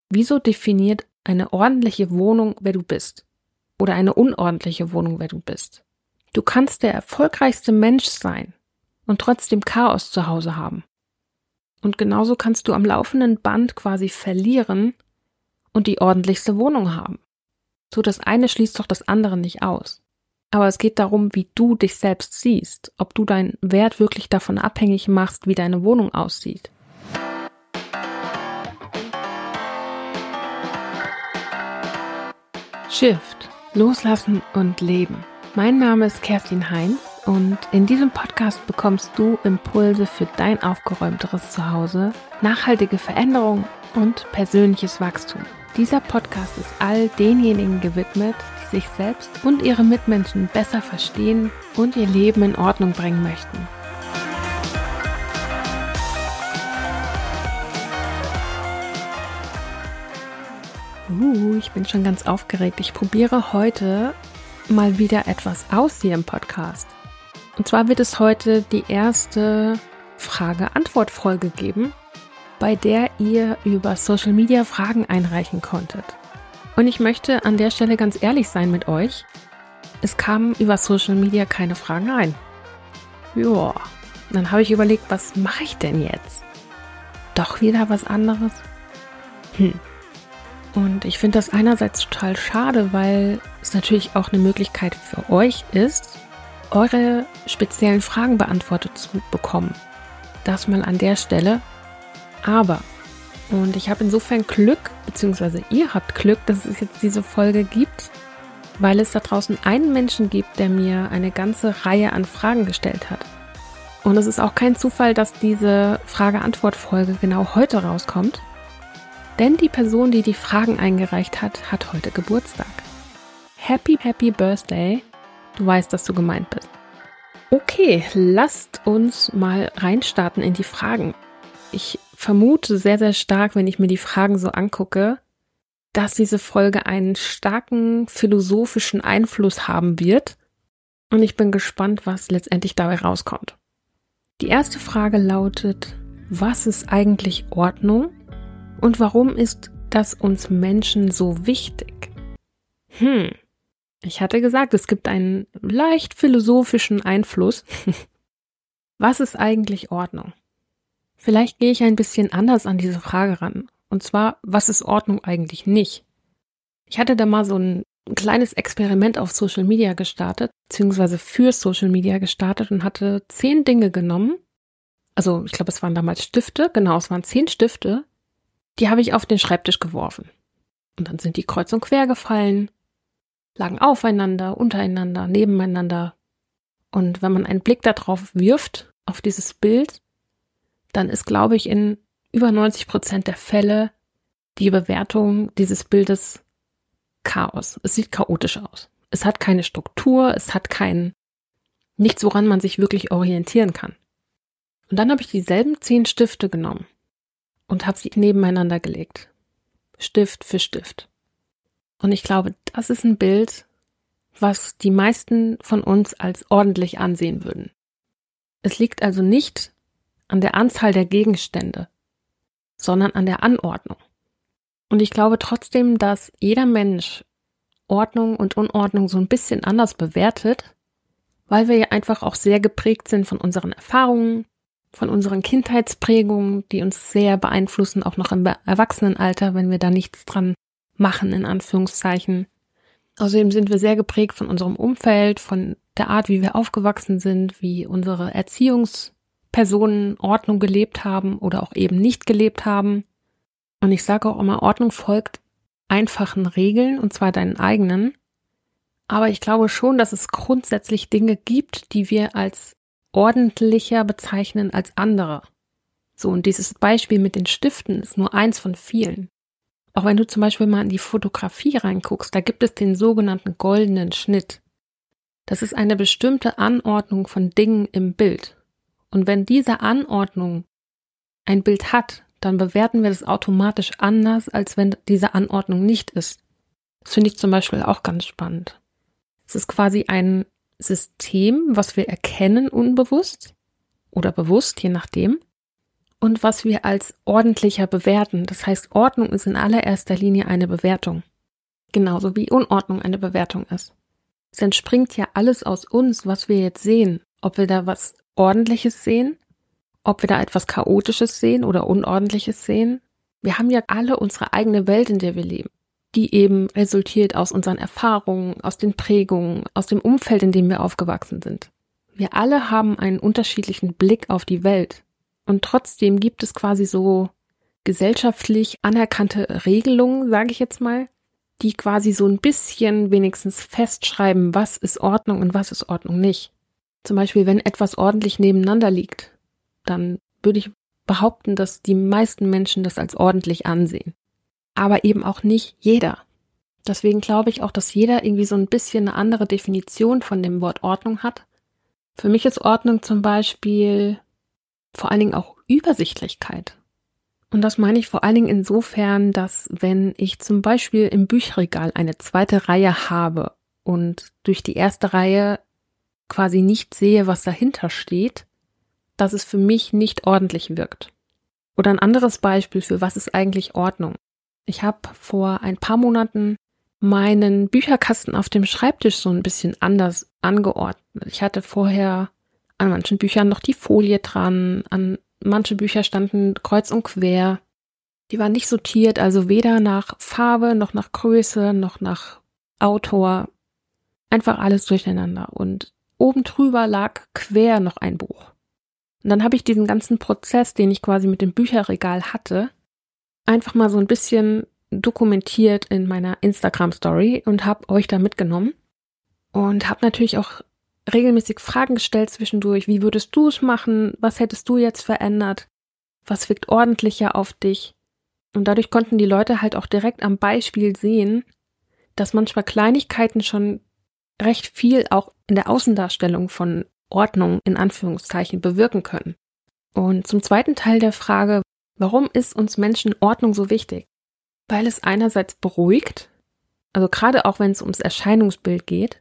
Wieso definiert eine ordentliche Wohnung, wer du bist? Oder eine unordentliche Wohnung, wer du bist? Du kannst der erfolgreichste Mensch sein und trotzdem Chaos zu Hause haben. Und genauso kannst du am laufenden Band quasi verlieren und die ordentlichste Wohnung haben. So, das eine schließt doch das andere nicht aus. Aber es geht darum, wie du dich selbst siehst, ob du deinen Wert wirklich davon abhängig machst, wie deine Wohnung aussieht. Shift, loslassen und leben. Mein Name ist Kerstin Heinz und in diesem Podcast bekommst du Impulse für dein aufgeräumteres Zuhause, nachhaltige Veränderung und persönliches Wachstum. Dieser Podcast ist all denjenigen gewidmet, die sich selbst und ihre Mitmenschen besser verstehen und ihr Leben in Ordnung bringen möchten. Ich bin schon ganz aufgeregt. Ich probiere heute mal wieder etwas aus hier im Podcast. Und zwar wird es heute die erste Frage-Antwort-Folge geben, bei der ihr über Social Media Fragen einreichen konntet. Und ich möchte an der Stelle ganz ehrlich sein mit euch. Es kamen über Social Media keine Fragen ein. Joa, dann habe ich überlegt, was mache ich denn jetzt? Doch wieder was anderes? Und ich finde das einerseits total schade, weil es natürlich auch eine Möglichkeit für euch ist, eure speziellen Fragen beantwortet zu bekommen. Das mal an der Stelle. Aber, und ich habe insofern Glück, beziehungsweise ihr habt Glück, dass es jetzt diese Folge gibt, weil es da draußen einen Menschen gibt, der mir eine ganze Reihe an Fragen gestellt hat. Und es ist auch kein Zufall, dass diese Frage-Antwort-Folge genau heute rauskommt. Denn die Person, die die Fragen eingereicht hat, hat heute Geburtstag. Happy Birthday. Du weißt, dass du gemeint bist. Okay, lasst uns mal reinstarten in die Fragen. Ich vermute sehr, sehr stark, wenn ich mir die Fragen so angucke, dass diese Folge einen starken philosophischen Einfluss haben wird. Und ich bin gespannt, was letztendlich dabei rauskommt. Die erste Frage lautet: Was ist eigentlich Ordnung? Und warum ist das uns Menschen so wichtig? Ich hatte gesagt, es gibt einen leicht philosophischen Einfluss. Was ist eigentlich Ordnung? Vielleicht gehe ich ein bisschen anders an diese Frage ran. Und zwar, was ist Ordnung eigentlich nicht? Ich hatte da mal so ein kleines Experiment auf Social Media gestartet, beziehungsweise für Social Media gestartet und hatte 10 Dinge genommen. Also ich glaube, es waren damals Stifte. Genau, es waren 10 Stifte. Die habe ich auf den Schreibtisch geworfen. Und dann sind die kreuz und quer gefallen, lagen aufeinander, untereinander, nebeneinander. Und wenn man einen Blick darauf wirft, auf dieses Bild, dann ist, glaube ich, in über 90% der Fälle die Bewertung dieses Bildes Chaos. Es sieht chaotisch aus. Es hat keine Struktur, es hat nichts, woran man sich wirklich orientieren kann. Und dann habe ich dieselben 10 Stifte genommen und habe sie nebeneinander gelegt. Stift für Stift. Und ich glaube, das ist ein Bild, was die meisten von uns als ordentlich ansehen würden. Es liegt also nicht an der Anzahl der Gegenstände, sondern an der Anordnung. Und ich glaube trotzdem, dass jeder Mensch Ordnung und Unordnung so ein bisschen anders bewertet, weil wir ja einfach auch sehr geprägt sind von unseren Erfahrungen, von unseren Kindheitsprägungen, die uns sehr beeinflussen, auch noch im Erwachsenenalter, wenn wir da nichts dran machen, in Anführungszeichen. Außerdem sind wir sehr geprägt von unserem Umfeld, von der Art, wie wir aufgewachsen sind, wie unsere Erziehungspersonen Ordnung gelebt haben oder auch eben nicht gelebt haben. Und ich sage auch immer, Ordnung folgt einfachen Regeln, und zwar deinen eigenen. Aber ich glaube schon, dass es grundsätzlich Dinge gibt, die wir als ordentlicher bezeichnen als andere. So, und dieses Beispiel mit den Stiften ist nur eins von vielen. Auch wenn du zum Beispiel mal in die Fotografie reinguckst, da gibt es den sogenannten goldenen Schnitt. Das ist eine bestimmte Anordnung von Dingen im Bild. Und wenn diese Anordnung ein Bild hat, dann bewerten wir das automatisch anders, als wenn diese Anordnung nicht ist. Das finde ich zum Beispiel auch ganz spannend. Es ist quasi ein System, was wir erkennen unbewusst oder bewusst, je nachdem. und was wir als ordentlicher bewerten. Das heißt, Ordnung ist in allererster Linie eine Bewertung. Genauso wie Unordnung eine Bewertung ist. Es entspringt ja alles aus uns, was wir jetzt sehen. Ob wir da was Ordentliches sehen, ob wir da etwas Chaotisches sehen oder Unordentliches sehen. Wir haben ja alle unsere eigene Welt, in der wir leben, die eben resultiert aus unseren Erfahrungen, aus den Prägungen, aus dem Umfeld, in dem wir aufgewachsen sind. Wir alle haben einen unterschiedlichen Blick auf die Welt. Und trotzdem gibt es quasi so gesellschaftlich anerkannte Regelungen, sage ich jetzt mal, die quasi so ein bisschen wenigstens festschreiben, was ist Ordnung und was ist Ordnung nicht. Zum Beispiel, wenn etwas ordentlich nebeneinander liegt, dann würde ich behaupten, dass die meisten Menschen das als ordentlich ansehen. Aber eben auch nicht jeder. Deswegen glaube ich auch, dass jeder irgendwie so ein bisschen eine andere Definition von dem Wort Ordnung hat. Für mich ist Ordnung zum Beispiel vor allen Dingen auch Übersichtlichkeit. Und das meine ich vor allen Dingen insofern, dass wenn ich zum Beispiel im Bücherregal eine zweite Reihe habe und durch die erste Reihe quasi nicht sehe, was dahinter steht, dass es für mich nicht ordentlich wirkt. Oder ein anderes Beispiel für was ist eigentlich Ordnung. Ich habe vor ein paar Monaten meinen Bücherkasten auf dem Schreibtisch so ein bisschen anders angeordnet. Ich hatte vorher an manchen Büchern noch die Folie dran, an manche Bücher standen kreuz und quer. Die waren nicht sortiert, also weder nach Farbe, noch nach Größe, noch nach Autor. Einfach alles durcheinander. Und oben drüber lag quer noch ein Buch. Und dann habe ich diesen ganzen Prozess, den ich quasi mit dem Bücherregal hatte, einfach mal so ein bisschen dokumentiert in meiner Instagram-Story und habe euch da mitgenommen. Und habe natürlich auch regelmäßig Fragen gestellt zwischendurch. Wie würdest du es machen? Was hättest du jetzt verändert? Was wirkt ordentlicher auf dich? Und dadurch konnten die Leute halt auch direkt am Beispiel sehen, dass manchmal Kleinigkeiten schon recht viel auch in der Außendarstellung von Ordnung in Anführungszeichen bewirken können. Und zum zweiten Teil der Frage, warum ist uns Menschen Ordnung so wichtig? Weil es einerseits beruhigt, also gerade auch wenn es ums Erscheinungsbild geht.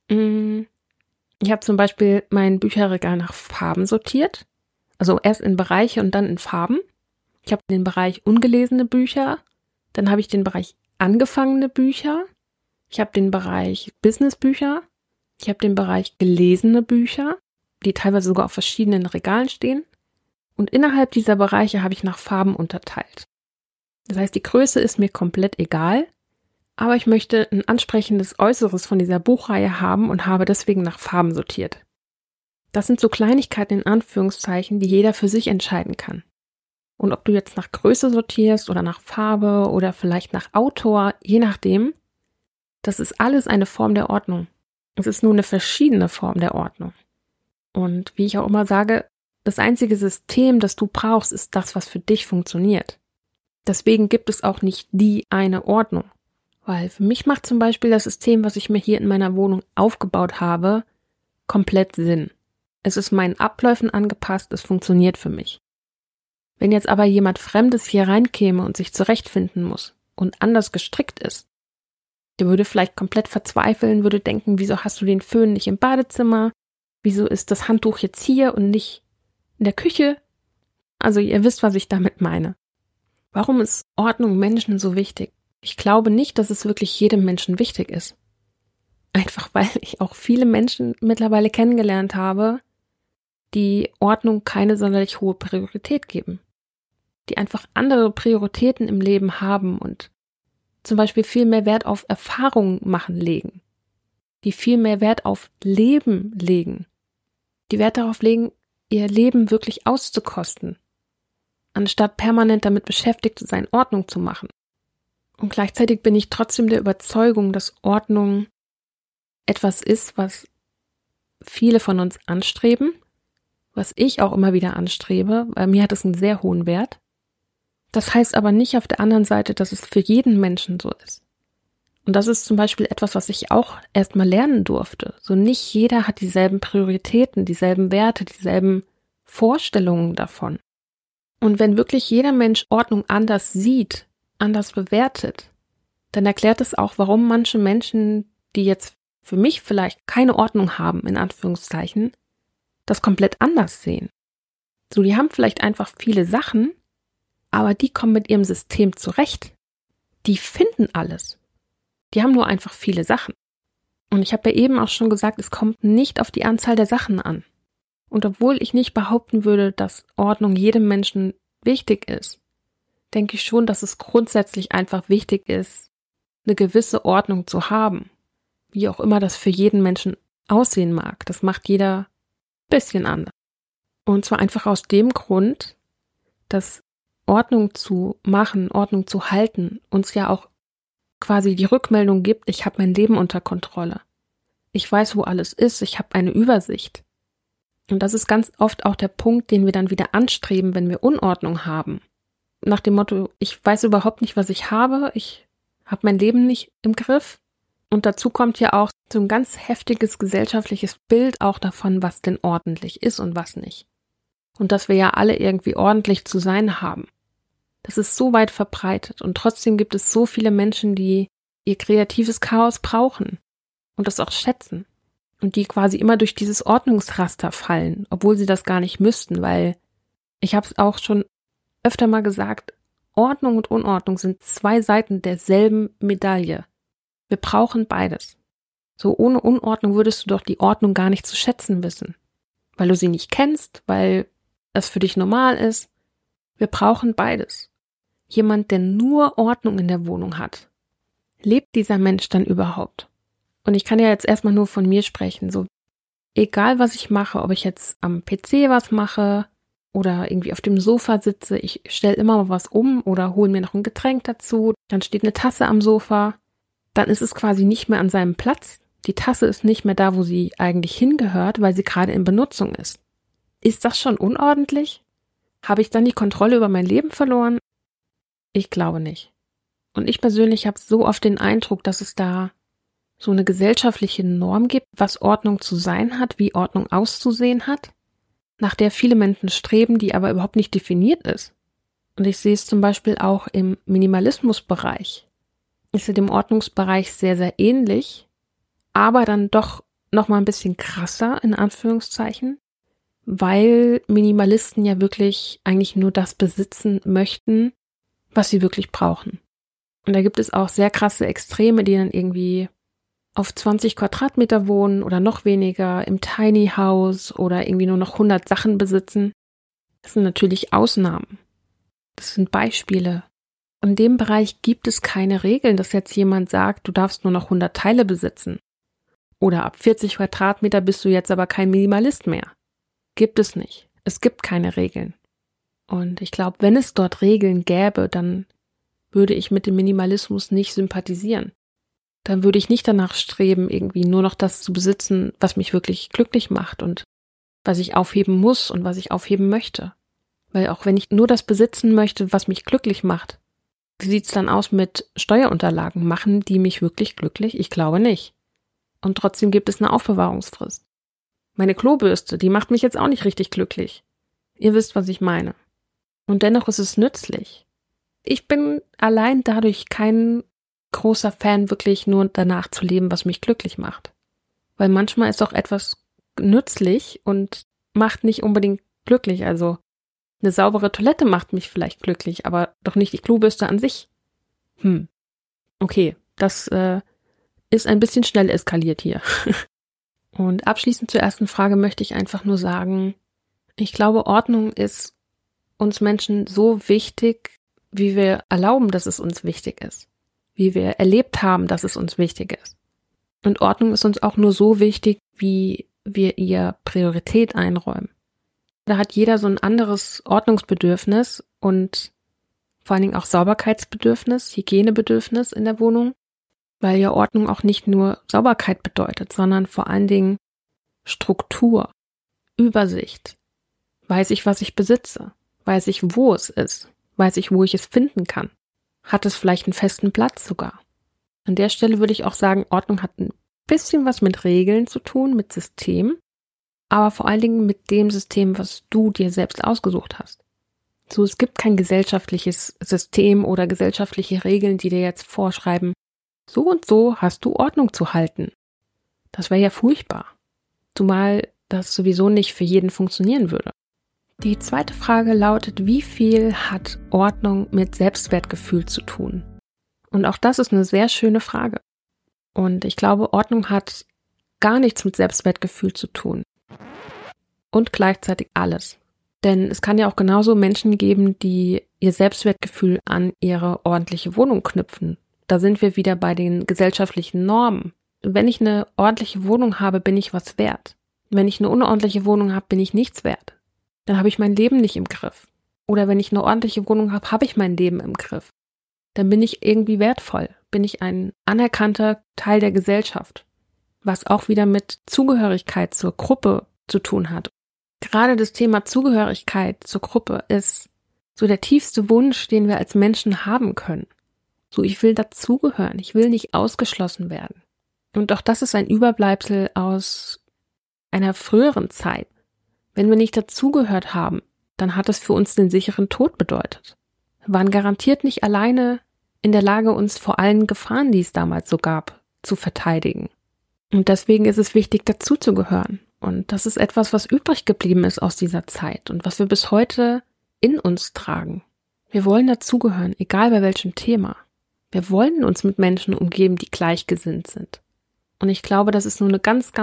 Ich habe zum Beispiel mein Bücherregal nach Farben sortiert, also erst in Bereiche und dann in Farben. Ich habe den Bereich ungelesene Bücher, dann habe ich den Bereich angefangene Bücher, ich habe den Bereich Businessbücher, ich habe den Bereich gelesene Bücher, die teilweise sogar auf verschiedenen Regalen stehen. Und innerhalb dieser Bereiche habe ich nach Farben unterteilt. Das heißt, die Größe ist mir komplett egal, aber ich möchte ein ansprechendes Äußeres von dieser Buchreihe haben und habe deswegen nach Farben sortiert. Das sind so Kleinigkeiten in Anführungszeichen, die jeder für sich entscheiden kann. Und ob du jetzt nach Größe sortierst oder nach Farbe oder vielleicht nach Autor, je nachdem, das ist alles eine Form der Ordnung. Es ist nur eine verschiedene Form der Ordnung. Und wie ich auch immer sage, das einzige System, das du brauchst, ist das, was für dich funktioniert. Deswegen gibt es auch nicht die eine Ordnung. Weil für mich macht zum Beispiel das System, was ich mir hier in meiner Wohnung aufgebaut habe, komplett Sinn. Es ist meinen Abläufen angepasst, es funktioniert für mich. Wenn jetzt aber jemand Fremdes hier reinkäme und sich zurechtfinden muss und anders gestrickt ist, der würde vielleicht komplett verzweifeln, würde denken, wieso hast du den Föhn nicht im Badezimmer? Wieso ist das Handtuch jetzt hier und nicht in der Küche? Also ihr wisst, was ich damit meine. Warum ist Ordnung Menschen so wichtig? Ich glaube nicht, dass es wirklich jedem Menschen wichtig ist. Einfach weil ich auch viele Menschen mittlerweile kennengelernt habe, die Ordnung keine sonderlich hohe Priorität geben. Die einfach andere Prioritäten im Leben haben und zum Beispiel viel mehr Wert auf Erfahrung machen legen. Die viel mehr Wert auf Leben legen. Die Wert darauf legen, ihr Leben wirklich auszukosten, anstatt permanent damit beschäftigt zu sein, Ordnung zu machen. Und gleichzeitig bin ich trotzdem der Überzeugung, dass Ordnung etwas ist, was viele von uns anstreben, was ich auch immer wieder anstrebe, weil mir hat es einen sehr hohen Wert. Das heißt aber nicht auf der anderen Seite, dass es für jeden Menschen so ist. Und das ist zum Beispiel etwas, was ich auch erstmal lernen durfte. So nicht jeder hat dieselben Prioritäten, dieselben Werte, dieselben Vorstellungen davon. Und wenn wirklich jeder Mensch Ordnung anders sieht, anders bewertet, dann erklärt es auch, warum manche Menschen, die jetzt für mich vielleicht keine Ordnung haben, in Anführungszeichen, das komplett anders sehen. So, die haben vielleicht einfach viele Sachen, aber die kommen mit ihrem System zurecht. Die finden alles. Die haben nur einfach viele Sachen. Und ich habe ja eben auch schon gesagt, es kommt nicht auf die Anzahl der Sachen an. Und obwohl ich nicht behaupten würde, dass Ordnung jedem Menschen wichtig ist, denke ich schon, dass es grundsätzlich einfach wichtig ist, eine gewisse Ordnung zu haben. Wie auch immer das für jeden Menschen aussehen mag. Das macht jeder ein bisschen anders. Und zwar einfach aus dem Grund, dass Ordnung zu machen, Ordnung zu halten, uns ja auch quasi die Rückmeldung gibt, ich habe mein Leben unter Kontrolle. Ich weiß, wo alles ist, ich habe eine Übersicht. Und das ist ganz oft auch der Punkt, den wir dann wieder anstreben, wenn wir Unordnung haben. Nach dem Motto, ich weiß überhaupt nicht, was ich habe, ich habe mein Leben nicht im Griff. Und dazu kommt ja auch so ein ganz heftiges gesellschaftliches Bild auch davon, was denn ordentlich ist und was nicht. Und dass wir ja alle irgendwie ordentlich zu sein haben. Das ist so weit verbreitet und trotzdem gibt es so viele Menschen, die ihr kreatives Chaos brauchen und das auch schätzen und die quasi immer durch dieses Ordnungsraster fallen, obwohl sie das gar nicht müssten, weil ich habe es auch schon öfter mal gesagt, Ordnung und Unordnung sind zwei Seiten derselben Medaille. Wir brauchen beides. So ohne Unordnung würdest du doch die Ordnung gar nicht zu schätzen wissen, weil du sie nicht kennst, weil das für dich normal ist. Wir brauchen beides. Jemand, der nur Ordnung in der Wohnung hat, lebt dieser Mensch dann überhaupt? Und ich kann ja jetzt erstmal nur von mir sprechen, so egal was ich mache, ob ich jetzt am PC was mache oder irgendwie auf dem Sofa sitze, ich stelle immer mal was um oder hole mir noch ein Getränk dazu, dann steht eine Tasse am Sofa, dann ist es quasi nicht mehr an seinem Platz, die Tasse ist nicht mehr da, wo sie eigentlich hingehört, weil sie gerade in Benutzung ist. Ist das schon unordentlich? Habe ich dann die Kontrolle über mein Leben verloren? Ich glaube nicht. Und ich persönlich habe so oft den Eindruck, dass es da so eine gesellschaftliche Norm gibt, was Ordnung zu sein hat, wie Ordnung auszusehen hat, nach der viele Menschen streben, die aber überhaupt nicht definiert ist. Und ich sehe es zum Beispiel auch im Minimalismusbereich. Ist ja dem Ordnungsbereich sehr, sehr ähnlich, aber dann doch nochmal ein bisschen krasser, in Anführungszeichen, weil Minimalisten ja wirklich eigentlich nur das besitzen möchten, was sie wirklich brauchen. Und da gibt es auch sehr krasse Extreme, die dann irgendwie auf 20 Quadratmeter wohnen oder noch weniger im Tiny House oder irgendwie nur noch 100 Sachen besitzen. Das sind natürlich Ausnahmen. Das sind Beispiele. In dem Bereich gibt es keine Regeln, dass jetzt jemand sagt, du darfst nur noch 100 Teile besitzen. Oder ab 40 Quadratmeter bist du jetzt aber kein Minimalist mehr. Gibt es nicht. Es gibt keine Regeln. Und ich glaube, wenn es dort Regeln gäbe, dann würde ich mit dem Minimalismus nicht sympathisieren. Dann würde ich nicht danach streben, irgendwie nur noch das zu besitzen, was mich wirklich glücklich macht und was ich aufheben muss und was ich aufheben möchte. Weil auch wenn ich nur das besitzen möchte, was mich glücklich macht, wie sieht's dann aus mit Steuerunterlagen? Machen die mich wirklich glücklich? Ich glaube nicht. Und trotzdem gibt es eine Aufbewahrungsfrist. Meine Klobürste, die macht mich jetzt auch nicht richtig glücklich. Ihr wisst, was ich meine. Und dennoch ist es nützlich. Ich bin allein dadurch kein großer Fan, wirklich nur danach zu leben, was mich glücklich macht. Weil manchmal ist auch etwas nützlich und macht nicht unbedingt glücklich. Also eine saubere Toilette macht mich vielleicht glücklich, aber doch nicht die Klobürste an sich. Okay, das ist ein bisschen schnell eskaliert hier. Und abschließend zur ersten Frage möchte ich einfach nur sagen, ich glaube, Ordnung ist uns Menschen so wichtig, wie wir erlauben, dass es uns wichtig ist. Wie wir erlebt haben, dass es uns wichtig ist. Und Ordnung ist uns auch nur so wichtig, wie wir ihr Priorität einräumen. Da hat jeder so ein anderes Ordnungsbedürfnis und vor allen Dingen auch Sauberkeitsbedürfnis, Hygienebedürfnis in der Wohnung, weil ja Ordnung auch nicht nur Sauberkeit bedeutet, sondern vor allen Dingen Struktur, Übersicht. Weiß ich, was ich besitze? Weiß ich, wo es ist? Weiß ich, wo ich es finden kann? Hat es vielleicht einen festen Platz sogar? An der Stelle würde ich auch sagen, Ordnung hat ein bisschen was mit Regeln zu tun, mit System, aber vor allen Dingen mit dem System, was du dir selbst ausgesucht hast. So, es gibt kein gesellschaftliches System oder gesellschaftliche Regeln, die dir jetzt vorschreiben, so und so hast du Ordnung zu halten. Das wäre ja furchtbar. Zumal das sowieso nicht für jeden funktionieren würde. Die zweite Frage lautet, wie viel hat Ordnung mit Selbstwertgefühl zu tun? Und auch das ist eine sehr schöne Frage. Und ich glaube, Ordnung hat gar nichts mit Selbstwertgefühl zu tun. Und gleichzeitig alles. Denn es kann ja auch genauso Menschen geben, die ihr Selbstwertgefühl an ihre ordentliche Wohnung knüpfen. Da sind wir wieder bei den gesellschaftlichen Normen. Wenn ich eine ordentliche Wohnung habe, bin ich was wert. Wenn ich eine unordentliche Wohnung habe, bin ich nichts wert. Dann habe ich mein Leben nicht im Griff. Oder wenn ich eine ordentliche Wohnung habe, habe ich mein Leben im Griff. Dann bin ich irgendwie wertvoll. Bin ich ein anerkannter Teil der Gesellschaft. Was auch wieder mit Zugehörigkeit zur Gruppe zu tun hat. Gerade das Thema Zugehörigkeit zur Gruppe ist so der tiefste Wunsch, den wir als Menschen haben können. So, ich will dazugehören, ich will nicht ausgeschlossen werden. Und auch das ist ein Überbleibsel aus einer früheren Zeit. Wenn wir nicht dazugehört haben, dann hat es für uns den sicheren Tod bedeutet. Wir waren garantiert nicht alleine in der Lage, uns vor allen Gefahren, die es damals so gab, zu verteidigen. Und deswegen ist es wichtig, dazuzugehören. Und das ist etwas, was übrig geblieben ist aus dieser Zeit und was wir bis heute in uns tragen. Wir wollen dazugehören, egal bei welchem Thema. Wir wollen uns mit Menschen umgeben, die gleichgesinnt sind. Und ich glaube, dass es nur eine ganz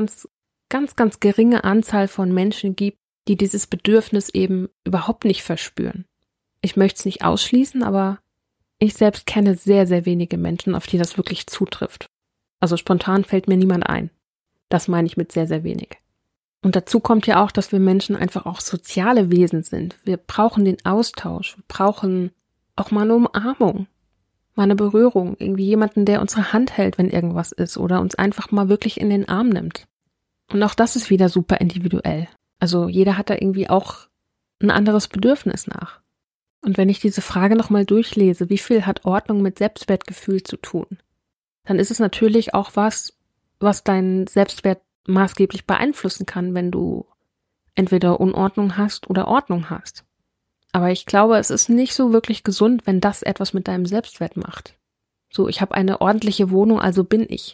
geringe Anzahl von Menschen gibt, die dieses Bedürfnis eben überhaupt nicht verspüren. Ich möchte es nicht ausschließen, aber ich selbst kenne sehr, sehr wenige Menschen, auf die das wirklich zutrifft. Also spontan fällt mir niemand ein. Das meine ich mit sehr, sehr wenig. Und dazu kommt ja auch, dass wir Menschen einfach auch soziale Wesen sind. Wir brauchen den Austausch, wir brauchen auch mal eine Umarmung, mal eine Berührung, irgendwie jemanden, der unsere Hand hält, wenn irgendwas ist oder uns einfach mal wirklich in den Arm nimmt. Und auch das ist wieder super individuell. Also jeder hat da irgendwie auch ein anderes Bedürfnis nach. Und wenn ich diese Frage nochmal durchlese, wie viel hat Ordnung mit Selbstwertgefühl zu tun, dann ist es natürlich auch was deinen Selbstwert maßgeblich beeinflussen kann, wenn du entweder Unordnung hast oder Ordnung hast. Aber ich glaube, es ist nicht so wirklich gesund, wenn das etwas mit deinem Selbstwert macht. So, ich habe eine ordentliche Wohnung, also bin ich.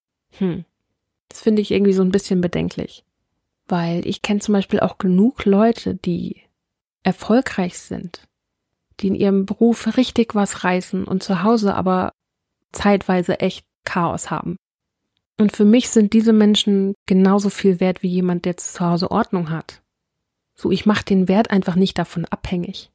Das finde ich irgendwie so ein bisschen bedenklich. Weil ich kenne zum Beispiel auch genug Leute, die erfolgreich sind, die in ihrem Beruf richtig was reißen und zu Hause aber zeitweise echt Chaos haben. Und für mich sind diese Menschen genauso viel wert wie jemand, der zu Hause Ordnung hat. So, ich mache den Wert einfach nicht davon abhängig.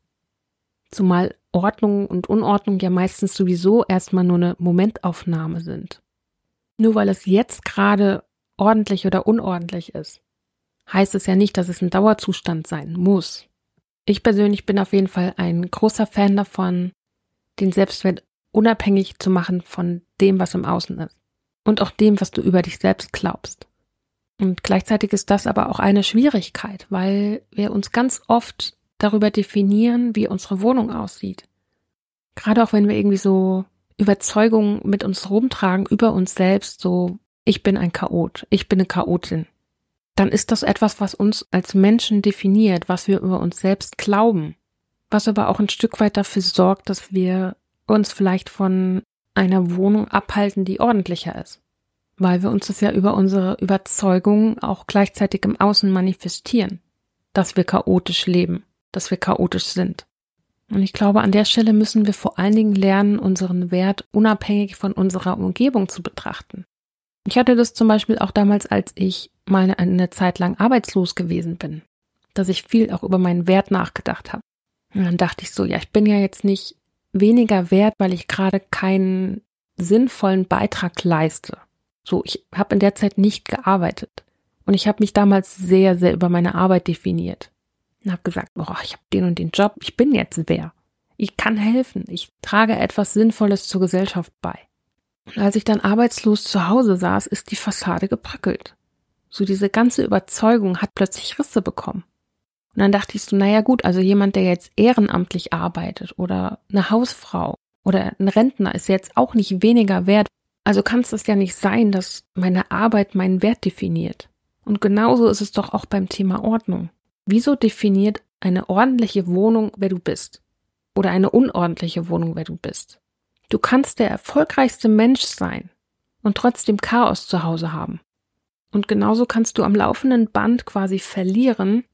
Zumal Ordnung und Unordnung ja meistens sowieso erstmal nur eine Momentaufnahme sind. Nur weil es jetzt gerade ordentlich oder unordentlich ist, heißt es ja nicht, dass es ein Dauerzustand sein muss. Ich persönlich bin auf jeden Fall ein großer Fan davon, den Selbstwert unabhängig zu machen von dem, was im Außen ist. Und auch dem, was du über dich selbst glaubst. Und gleichzeitig ist das aber auch eine Schwierigkeit, weil wir uns ganz oft darüber definieren, wie unsere Wohnung aussieht. Gerade auch wenn wir irgendwie so Überzeugungen mit uns rumtragen über uns selbst, so ich bin ein Chaot, ich bin eine Chaotin, dann ist das etwas, was uns als Menschen definiert, was wir über uns selbst glauben, was aber auch ein Stück weit dafür sorgt, dass wir uns vielleicht von einer Wohnung abhalten, die ordentlicher ist. Weil wir uns das ja über unsere Überzeugungen auch gleichzeitig im Außen manifestieren, dass wir chaotisch leben, dass wir chaotisch sind. Und ich glaube, an der Stelle müssen wir vor allen Dingen lernen, unseren Wert unabhängig von unserer Umgebung zu betrachten. Ich hatte das zum Beispiel auch damals, als ich mal eine Zeit lang arbeitslos gewesen bin, dass ich viel auch über meinen Wert nachgedacht habe. Und dann dachte ich so, ja, ich bin ja jetzt nicht weniger wert, weil ich gerade keinen sinnvollen Beitrag leiste. So, ich habe in der Zeit nicht gearbeitet. Und ich habe mich damals sehr, sehr über meine Arbeit definiert. Und habe gesagt, ich habe den und den Job, ich bin jetzt wer. Ich kann helfen, ich trage etwas Sinnvolles zur Gesellschaft bei. Und als ich dann arbeitslos zu Hause saß, ist die Fassade gebröckelt. So diese ganze Überzeugung hat plötzlich Risse bekommen. Und dann dachte ich so, naja gut, also jemand, der jetzt ehrenamtlich arbeitet oder eine Hausfrau oder ein Rentner ist jetzt auch nicht weniger wert. Also kann es das ja nicht sein, dass meine Arbeit meinen Wert definiert. Und genauso ist es doch auch beim Thema Ordnung. Wieso definiert eine ordentliche Wohnung, wer du bist? Oder eine unordentliche Wohnung, wer du bist? Du kannst der erfolgreichste Mensch sein und trotzdem Chaos zu Hause haben. Und genauso kannst du am laufenden Band quasi verlieren,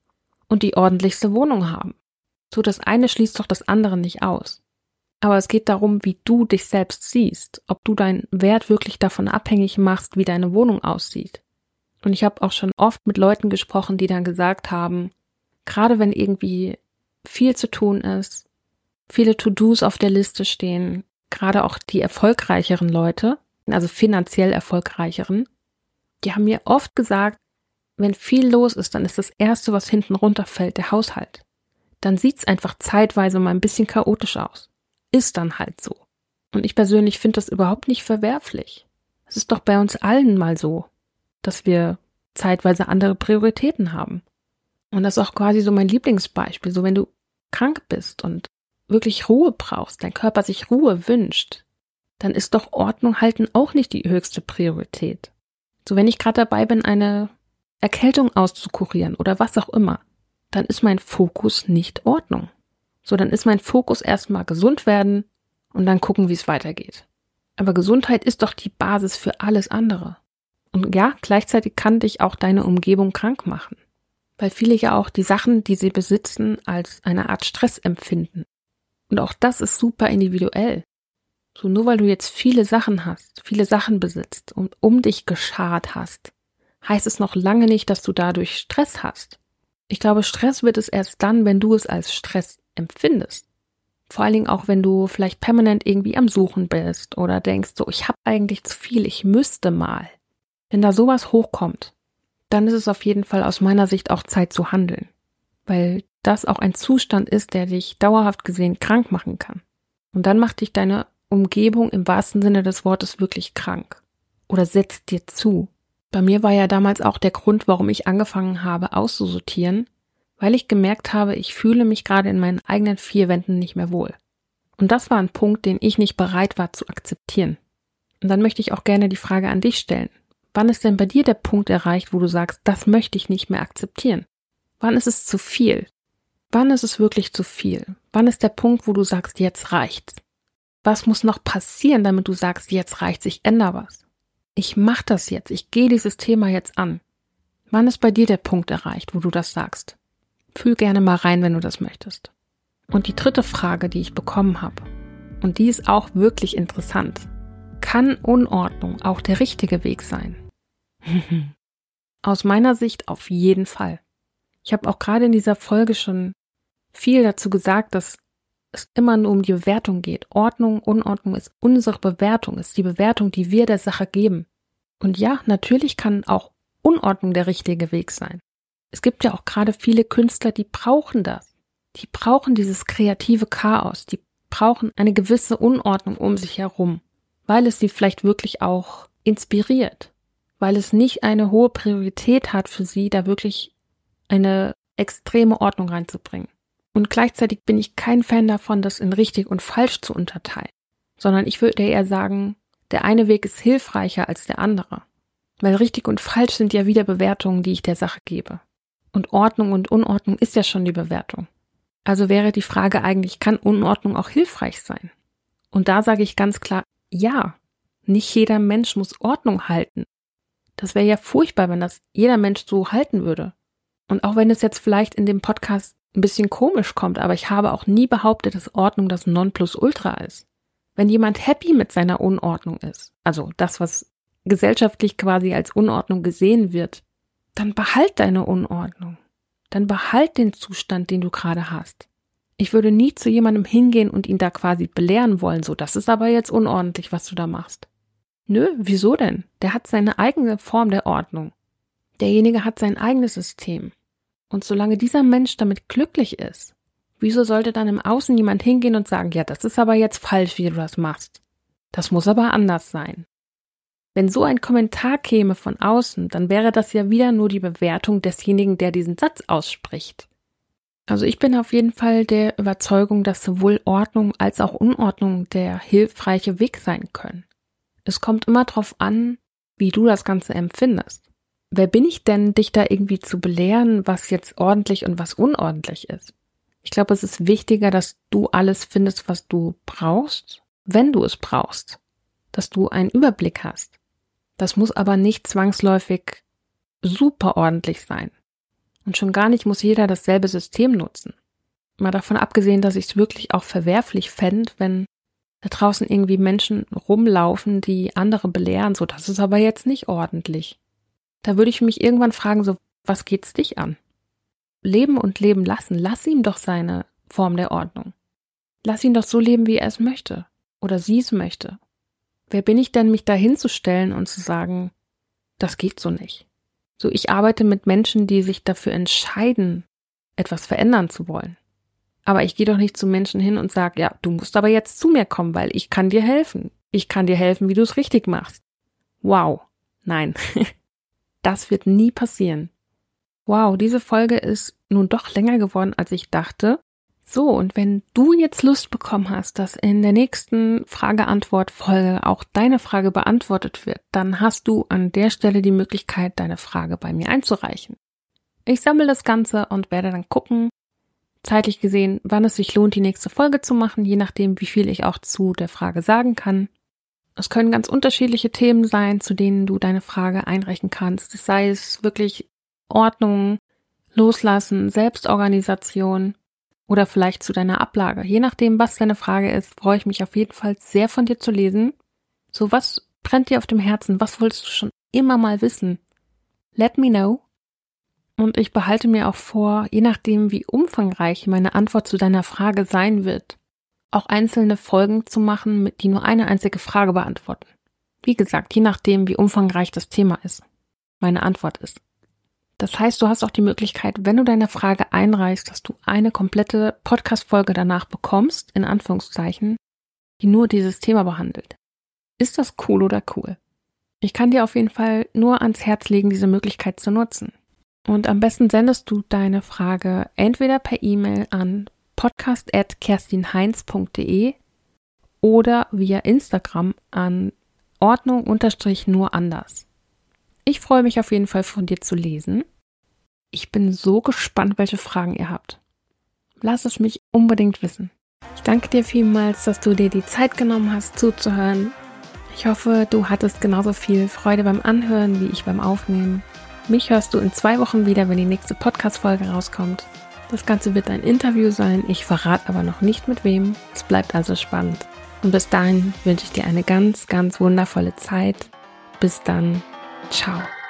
und die ordentlichste Wohnung haben. So, das eine schließt doch das andere nicht aus. Aber es geht darum, wie du dich selbst siehst, ob du deinen Wert wirklich davon abhängig machst, wie deine Wohnung aussieht. Und ich habe auch schon oft mit Leuten gesprochen, die dann gesagt haben, gerade wenn irgendwie viel zu tun ist, viele To-Dos auf der Liste stehen, gerade auch die erfolgreicheren Leute, also finanziell erfolgreicheren, die haben mir oft gesagt, wenn viel los ist, dann ist das Erste, was hinten runterfällt, der Haushalt. Dann sieht's einfach zeitweise mal ein bisschen chaotisch aus. Ist dann halt so. Und ich persönlich finde das überhaupt nicht verwerflich. Es ist doch bei uns allen mal so, dass wir zeitweise andere Prioritäten haben. Und das ist auch quasi so mein Lieblingsbeispiel. So, wenn du krank bist und wirklich Ruhe brauchst, dein Körper sich Ruhe wünscht, dann ist doch Ordnung halten auch nicht die höchste Priorität. So, wenn ich gerade dabei bin, eine Erkältung auszukurieren oder was auch immer, dann ist mein Fokus nicht Ordnung. So, dann ist mein Fokus erstmal gesund werden und dann gucken, wie es weitergeht. Aber Gesundheit ist doch die Basis für alles andere. Und ja, gleichzeitig kann dich auch deine Umgebung krank machen. Weil viele ja auch die Sachen, die sie besitzen, als eine Art Stress empfinden. Und auch das ist super individuell. So, nur weil du jetzt viele Sachen hast, viele Sachen besitzt und um dich geschart hast, heißt es noch lange nicht, dass du dadurch Stress hast. Ich glaube, Stress wird es erst dann, wenn du es als Stress empfindest. Vor allen Dingen auch, wenn du vielleicht permanent irgendwie am Suchen bist oder denkst, so, ich habe eigentlich zu viel, ich müsste mal. Wenn da sowas hochkommt, dann ist es auf jeden Fall aus meiner Sicht auch Zeit zu handeln. Weil das auch ein Zustand ist, der dich dauerhaft gesehen krank machen kann. Und dann macht dich deine Umgebung im wahrsten Sinne des Wortes wirklich krank. Oder setzt dir zu. Bei mir war ja damals auch der Grund, warum ich angefangen habe auszusortieren, weil ich gemerkt habe, ich fühle mich gerade in meinen eigenen vier Wänden nicht mehr wohl. Und das war ein Punkt, den ich nicht bereit war zu akzeptieren. Und dann möchte ich auch gerne die Frage an dich stellen. Wann ist denn bei dir der Punkt erreicht, wo du sagst, das möchte ich nicht mehr akzeptieren? Wann ist es zu viel? Wann ist es wirklich zu viel? Wann ist der Punkt, wo du sagst, jetzt reicht's? Was muss noch passieren, damit du sagst, jetzt reicht's, ich ändere was? Ich mache das jetzt, ich gehe dieses Thema jetzt an. Wann ist bei dir der Punkt erreicht, wo du das sagst? Fühl gerne mal rein, wenn du das möchtest. Und die dritte Frage, die ich bekommen habe, und die ist auch wirklich interessant. Kann Unordnung auch der richtige Weg sein? Aus meiner Sicht auf jeden Fall. Ich habe auch gerade in dieser Folge schon viel dazu gesagt, dass es immer nur um die Bewertung geht. Ordnung, Unordnung ist unsere Bewertung, ist die Bewertung, die wir der Sache geben. Und ja, natürlich kann auch Unordnung der richtige Weg sein. Es gibt ja auch gerade viele Künstler, die brauchen das. Die brauchen dieses kreative Chaos, die brauchen eine gewisse Unordnung um sich herum, weil es sie vielleicht wirklich auch inspiriert, weil es nicht eine hohe Priorität hat für sie, da wirklich eine extreme Ordnung reinzubringen. Und gleichzeitig bin ich kein Fan davon, das in richtig und falsch zu unterteilen, sondern ich würde eher sagen, der eine Weg ist hilfreicher als der andere, weil richtig und falsch sind ja wieder Bewertungen, die ich der Sache gebe. Und Ordnung und Unordnung ist ja schon die Bewertung. Also wäre die Frage eigentlich, kann Unordnung auch hilfreich sein? Und da sage ich ganz klar, ja, nicht jeder Mensch muss Ordnung halten. Das wäre ja furchtbar, wenn das jeder Mensch so halten würde. Und auch wenn es jetzt vielleicht in dem Podcast ein bisschen komisch kommt, aber ich habe auch nie behauptet, dass Ordnung das Nonplusultra ist. Wenn jemand happy mit seiner Unordnung ist, also das, was gesellschaftlich quasi als Unordnung gesehen wird, dann behalt deine Unordnung. Dann behalt den Zustand, den du gerade hast. Ich würde nie zu jemandem hingehen und ihn da quasi belehren wollen, so, das ist aber jetzt unordentlich, was du da machst. Nö, wieso denn? Der hat seine eigene Form der Ordnung. Derjenige hat sein eigenes System. Und solange dieser Mensch damit glücklich ist, wieso sollte dann im Außen jemand hingehen und sagen, ja, das ist aber jetzt falsch, wie du das machst. Das muss aber anders sein. Wenn so ein Kommentar käme von außen, dann wäre das ja wieder nur die Bewertung desjenigen, der diesen Satz ausspricht. Also ich bin auf jeden Fall der Überzeugung, dass sowohl Ordnung als auch Unordnung der hilfreiche Weg sein können. Es kommt immer darauf an, wie du das Ganze empfindest. Wer bin ich denn, dich da irgendwie zu belehren, was jetzt ordentlich und was unordentlich ist? Ich glaube, es ist wichtiger, dass du alles findest, was du brauchst, wenn du es brauchst. Dass du einen Überblick hast. Das muss aber nicht zwangsläufig super ordentlich sein. Und schon gar nicht muss jeder dasselbe System nutzen. Mal davon abgesehen, dass ich es wirklich auch verwerflich fände, wenn da draußen irgendwie Menschen rumlaufen, die andere belehren, so, das ist aber jetzt nicht ordentlich. Da würde ich mich irgendwann fragen, so, was geht's dich an? Leben und leben lassen. Lass ihm doch seine Form der Ordnung. Lass ihn doch so leben, wie er es möchte. Oder sie es möchte. Wer bin ich denn, mich da hinzustellen und zu sagen, das geht so nicht? So, ich arbeite mit Menschen, die sich dafür entscheiden, etwas verändern zu wollen. Aber ich gehe doch nicht zu Menschen hin und sage, ja, du musst aber jetzt zu mir kommen, weil ich kann dir helfen. Ich kann dir helfen, wie du es richtig machst. Wow. Nein. Das wird nie passieren. Wow, diese Folge ist nun doch länger geworden, als ich dachte. So, und wenn du jetzt Lust bekommen hast, dass in der nächsten Frage-Antwort-Folge auch deine Frage beantwortet wird, dann hast du an der Stelle die Möglichkeit, deine Frage bei mir einzureichen. Ich sammle das Ganze und werde dann gucken, zeitlich gesehen, wann es sich lohnt, die nächste Folge zu machen, je nachdem, wie viel ich auch zu der Frage sagen kann. Es können ganz unterschiedliche Themen sein, zu denen du deine Frage einreichen kannst. Sei es wirklich Ordnung, Loslassen, Selbstorganisation oder vielleicht zu deiner Ablage. Je nachdem, was deine Frage ist, freue ich mich auf jeden Fall sehr von dir zu lesen. So, was brennt dir auf dem Herzen? Was wolltest du schon immer mal wissen? Let me know. Und ich behalte mir auch vor, je nachdem, wie umfangreich meine Antwort zu deiner Frage sein wird, auch einzelne Folgen zu machen, die nur eine einzige Frage beantworten. Wie gesagt, je nachdem, wie umfangreich das Thema ist, meine Antwort ist. Das heißt, du hast auch die Möglichkeit, wenn du deine Frage einreichst, dass du eine komplette Podcast-Folge danach bekommst, in Anführungszeichen, die nur dieses Thema behandelt. Ist das cool oder cool? Ich kann dir auf jeden Fall nur ans Herz legen, diese Möglichkeit zu nutzen. Und am besten sendest du deine Frage entweder per E-Mail an podcast@kerstinheinz.de oder via Instagram an Ordnung_nur anders. Ich freue mich auf jeden Fall von dir zu lesen. Ich bin so gespannt, welche Fragen ihr habt. Lass es mich unbedingt wissen. Ich danke dir vielmals, dass du dir die Zeit genommen hast, zuzuhören. Ich hoffe, du hattest genauso viel Freude beim Anhören wie ich beim Aufnehmen. Mich hörst du in 2 Wochen wieder, wenn die nächste Podcast-Folge rauskommt. Das Ganze wird ein Interview sein, ich verrate aber noch nicht mit wem. Es bleibt also spannend. Und bis dahin wünsche ich dir eine ganz, ganz wundervolle Zeit. Bis dann. Ciao.